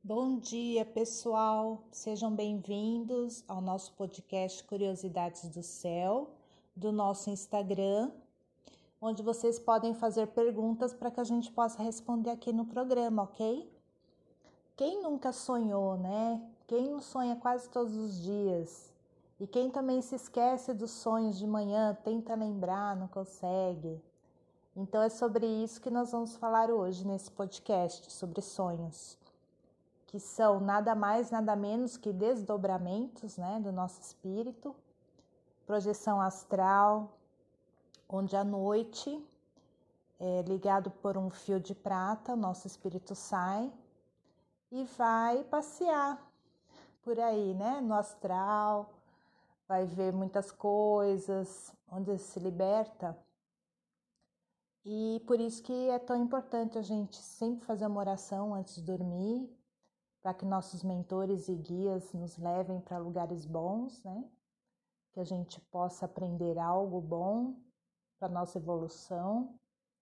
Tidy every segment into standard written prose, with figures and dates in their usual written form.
Bom dia, pessoal. Sejam bem-vindos ao nosso podcast Curiosidades do Céu, do nosso Instagram, onde vocês podem fazer perguntas para que a gente possa responder aqui no programa, ok? Quem nunca sonhou, né? Quem não sonha quase todos os dias? E quem também se esquece dos sonhos de manhã, tenta lembrar, não consegue. Então é sobre isso que nós vamos falar hoje nesse podcast, sobre sonhos, que são nada mais, nada menos que desdobramentos, né, do nosso espírito, projeção astral, onde à noite, ligado por um fio de prata, o nosso espírito sai e vai passear por aí, né, no astral, vai ver muitas coisas, onde se liberta. E por isso que é tão importante a gente sempre fazer uma oração antes de dormir, para que nossos mentores e guias nos levem para lugares bons, né? Que a gente possa aprender algo bom para nossa evolução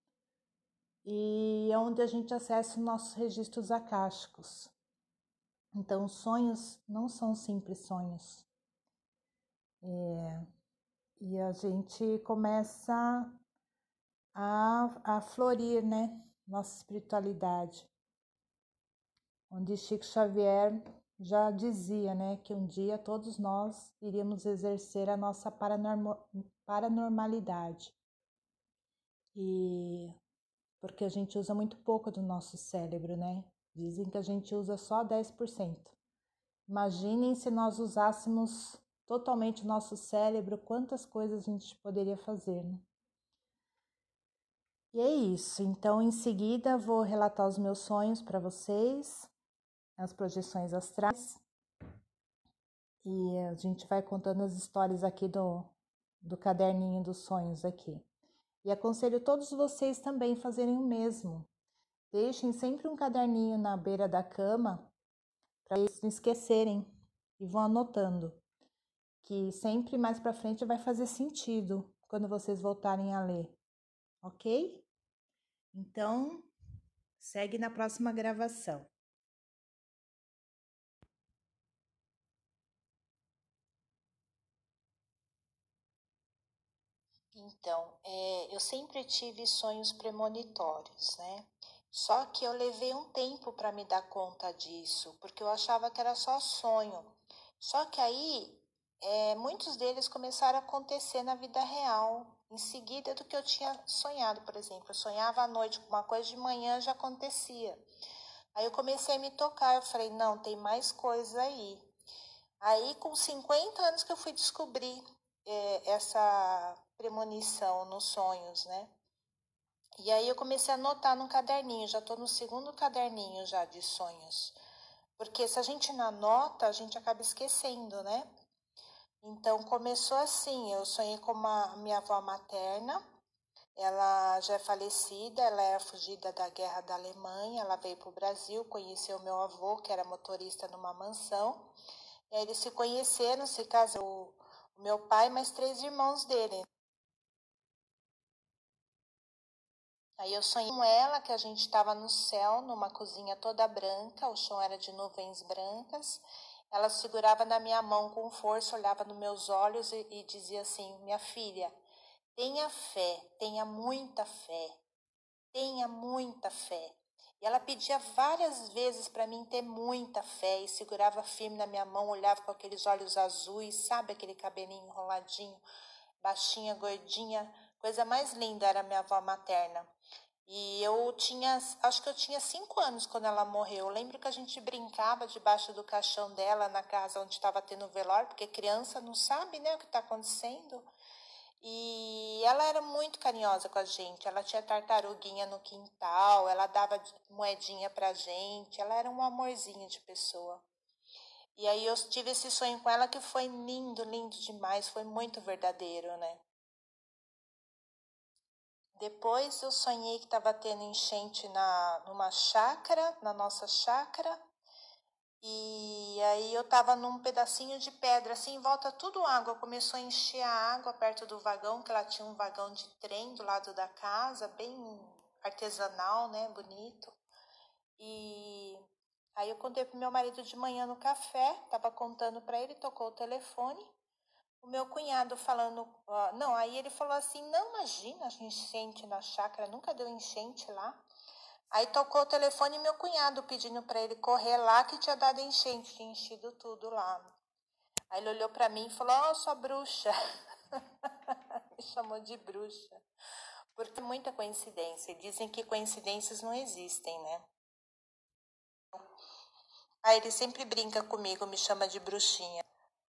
e onde a gente acessa os nossos registros akáshicos. Então, os sonhos não são simples sonhos. E a gente começa a florir, né? Nossa espiritualidade. Onde Chico Xavier já dizia, né, que um dia todos nós iríamos exercer a nossa paranormalidade. E porque a gente usa muito pouco do nosso cérebro, né? Dizem que a gente usa só 10%. Imaginem se nós usássemos totalmente o nosso cérebro, quantas coisas a gente poderia fazer, né? E é isso. Então, em seguida, vou relatar os meus sonhos para vocês, as projeções astrais. E a gente vai contando as histórias aqui do caderninho dos sonhos aqui. E aconselho todos vocês também fazerem o mesmo. Deixem sempre um caderninho na beira da cama para eles não esquecerem e vão anotando, que sempre mais para frente vai fazer sentido quando vocês voltarem a ler, ok? Então, segue na próxima gravação. Então, eu sempre tive sonhos premonitórios, né? Só que eu levei um tempo para me dar conta disso, porque eu achava que era só sonho. Só que aí, muitos deles começaram a acontecer na vida real, em seguida do que eu tinha sonhado, por exemplo. Eu sonhava à noite com uma coisa, de manhã já acontecia. Aí eu comecei a me tocar, eu falei, não, tem mais coisa aí. Aí, com 50 anos que eu fui descobrir essa premonição nos sonhos, né? E aí eu comecei a anotar num caderninho, já estou no segundo caderninho já de sonhos. Porque se a gente não anota, a gente acaba esquecendo, né? Então começou assim, eu sonhei com minha avó materna, ela já é falecida, ela era fugida da guerra da Alemanha, ela veio para o Brasil, conheceu meu avô, que era motorista numa mansão, e aí eles se conheceram, se casaram, o meu pai e mais 3 irmãos dele. Aí eu sonhei com ela, que a gente estava no céu, numa cozinha toda branca, o chão era de nuvens brancas. Ela segurava na minha mão com força, olhava nos meus olhos e dizia assim: minha filha, tenha fé, tenha muita fé, tenha muita fé. E ela pedia várias vezes para mim ter muita fé e segurava firme na minha mão, olhava com aqueles olhos azuis, sabe aquele cabelinho enroladinho, baixinha, gordinha, coisa mais linda era minha avó materna. E acho que eu tinha 5 anos quando ela morreu. Eu lembro que a gente brincava debaixo do caixão dela na casa onde estava tendo o velório, porque criança não sabe, né, o que está acontecendo. E ela era muito carinhosa com a gente. Ela tinha tartaruguinha no quintal, ela dava moedinha pra gente. Ela era um amorzinho de pessoa. E aí eu tive esse sonho com ela que foi lindo, lindo demais, foi muito verdadeiro, né? Depois eu sonhei que estava tendo enchente numa chácara, na nossa chácara. E aí eu estava num pedacinho de pedra, assim, em volta tudo água. Começou a encher a água perto do vagão, que ela tinha um vagão de trem do lado da casa, bem artesanal, né, bonito. E Aí eu contei pro meu marido de manhã no café, tava contando para ele, tocou o telefone. O meu cunhado falando, não, aí ele falou assim, não, imagina, a enchente na chácara, nunca deu enchente lá. Aí tocou o telefone e meu cunhado pedindo para ele correr lá que tinha dado enchente, tinha enchido tudo lá. Aí ele olhou para mim e falou, sua bruxa. Me chamou de bruxa. Porque é muita coincidência. Dizem que coincidências não existem, né? Aí ele sempre brinca comigo, me chama de bruxinha.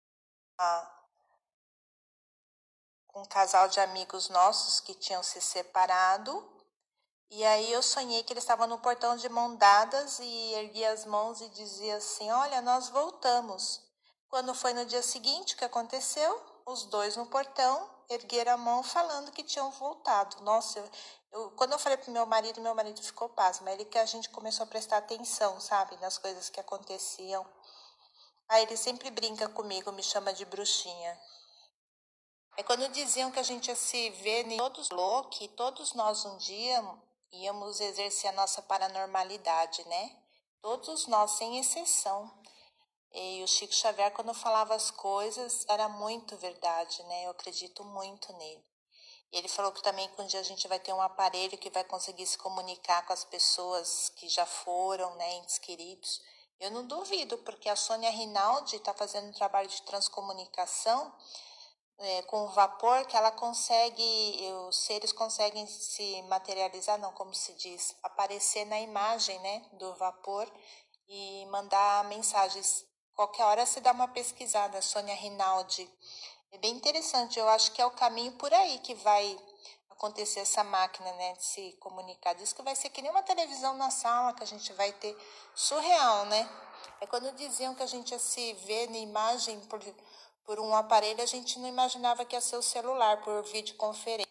Com um casal de amigos nossos que tinham se separado. E aí eu sonhei que eles estavam no portão de mão dadas e ergui as mãos e dizia assim, olha, nós voltamos. Quando foi no dia seguinte, o que aconteceu? Os dois no portão ergueram a mão falando que tinham voltado. Nossa, quando eu falei pro meu marido ficou pasmo. Ele que a gente começou a prestar atenção, sabe, nas coisas que aconteciam. Aí ele sempre brinca comigo, me chama de bruxinha. É quando diziam que a gente ia se ver, que todos nós um dia íamos exercer a nossa paranormalidade, né? Todos nós, sem exceção. E o Chico Xavier, quando falava as coisas, era muito verdade, né? Eu acredito muito nele. E ele falou que também que um dia a gente vai ter um aparelho que vai conseguir se comunicar com as pessoas que já foram, né, entes queridos. Eu não duvido, porque a Sônia Rinaldi está fazendo um trabalho de transcomunicação com o vapor, que ela consegue, os seres conseguem se materializar, não, como se diz, aparecer na imagem, né, do vapor e mandar mensagens. Qualquer hora você dá uma pesquisada, Sônia Rinaldi. É bem interessante, eu acho que é o caminho por aí que vai acontecer essa máquina, né, de se comunicar. Diz que vai ser que nem uma televisão na sala que a gente vai ter, surreal, né? É quando diziam que a gente ia se ver na imagem por um aparelho, a gente não imaginava que ia ser o celular, por videoconferência.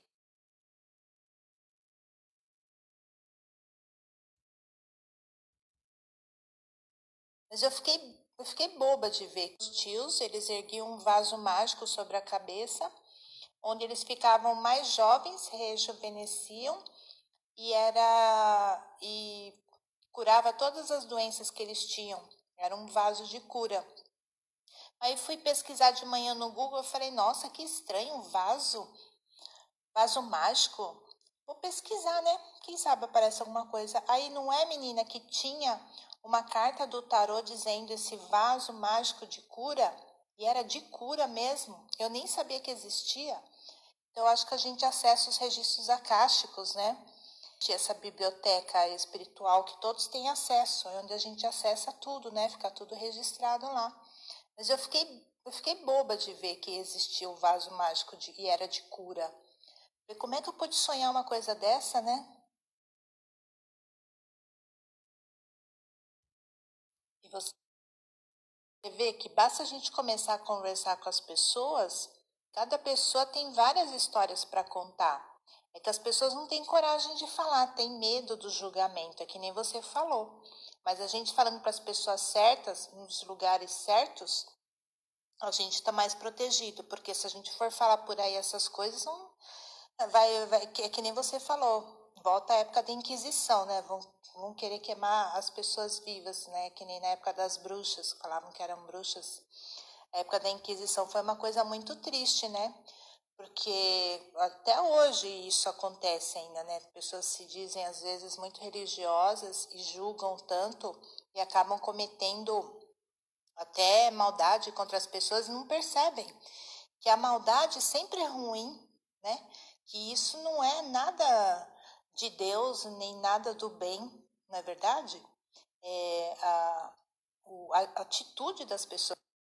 Mas eu fiquei boba de ver que os tios, eles erguiam um vaso mágico sobre a cabeça, onde eles ficavam mais jovens, rejuvenesciam e curava todas as doenças que eles tinham. Era um vaso de cura. Aí fui pesquisar de manhã no Google, eu falei, nossa, que estranho, um vaso mágico. Vou pesquisar, né? Quem sabe aparece alguma coisa. Aí não é, menina, que tinha uma carta do tarô dizendo esse vaso mágico de cura? E era de cura mesmo. Eu nem sabia que existia. Então, eu acho que a gente acessa os registros akáshicos, né? Essa biblioteca espiritual que todos têm acesso, é onde a gente acessa tudo, né? Fica tudo registrado lá. Mas eu fiquei boba de ver que existia o vaso mágico e era de cura. E como é que eu pude sonhar uma coisa dessa, né? E você vê que basta a gente começar a conversar com as pessoas, cada pessoa tem várias histórias para contar. É que as pessoas não têm coragem de falar, têm medo do julgamento, é que nem você falou. Mas a gente falando para as pessoas certas, nos lugares certos, a gente está mais protegido, porque se a gente for falar por aí essas coisas, não, é que nem você falou, volta a época da Inquisição, né? Vão querer queimar as pessoas vivas, né? Que nem na época das bruxas, falavam que eram bruxas. A época da Inquisição foi uma coisa muito triste, né? Porque até hoje isso acontece ainda, né? Pessoas se dizem às vezes muito religiosas e julgam tanto e acabam cometendo até maldade contra as pessoas e não percebem que a maldade sempre é ruim, né? Que isso não é nada de Deus nem nada do bem, não é verdade? A atitude das pessoas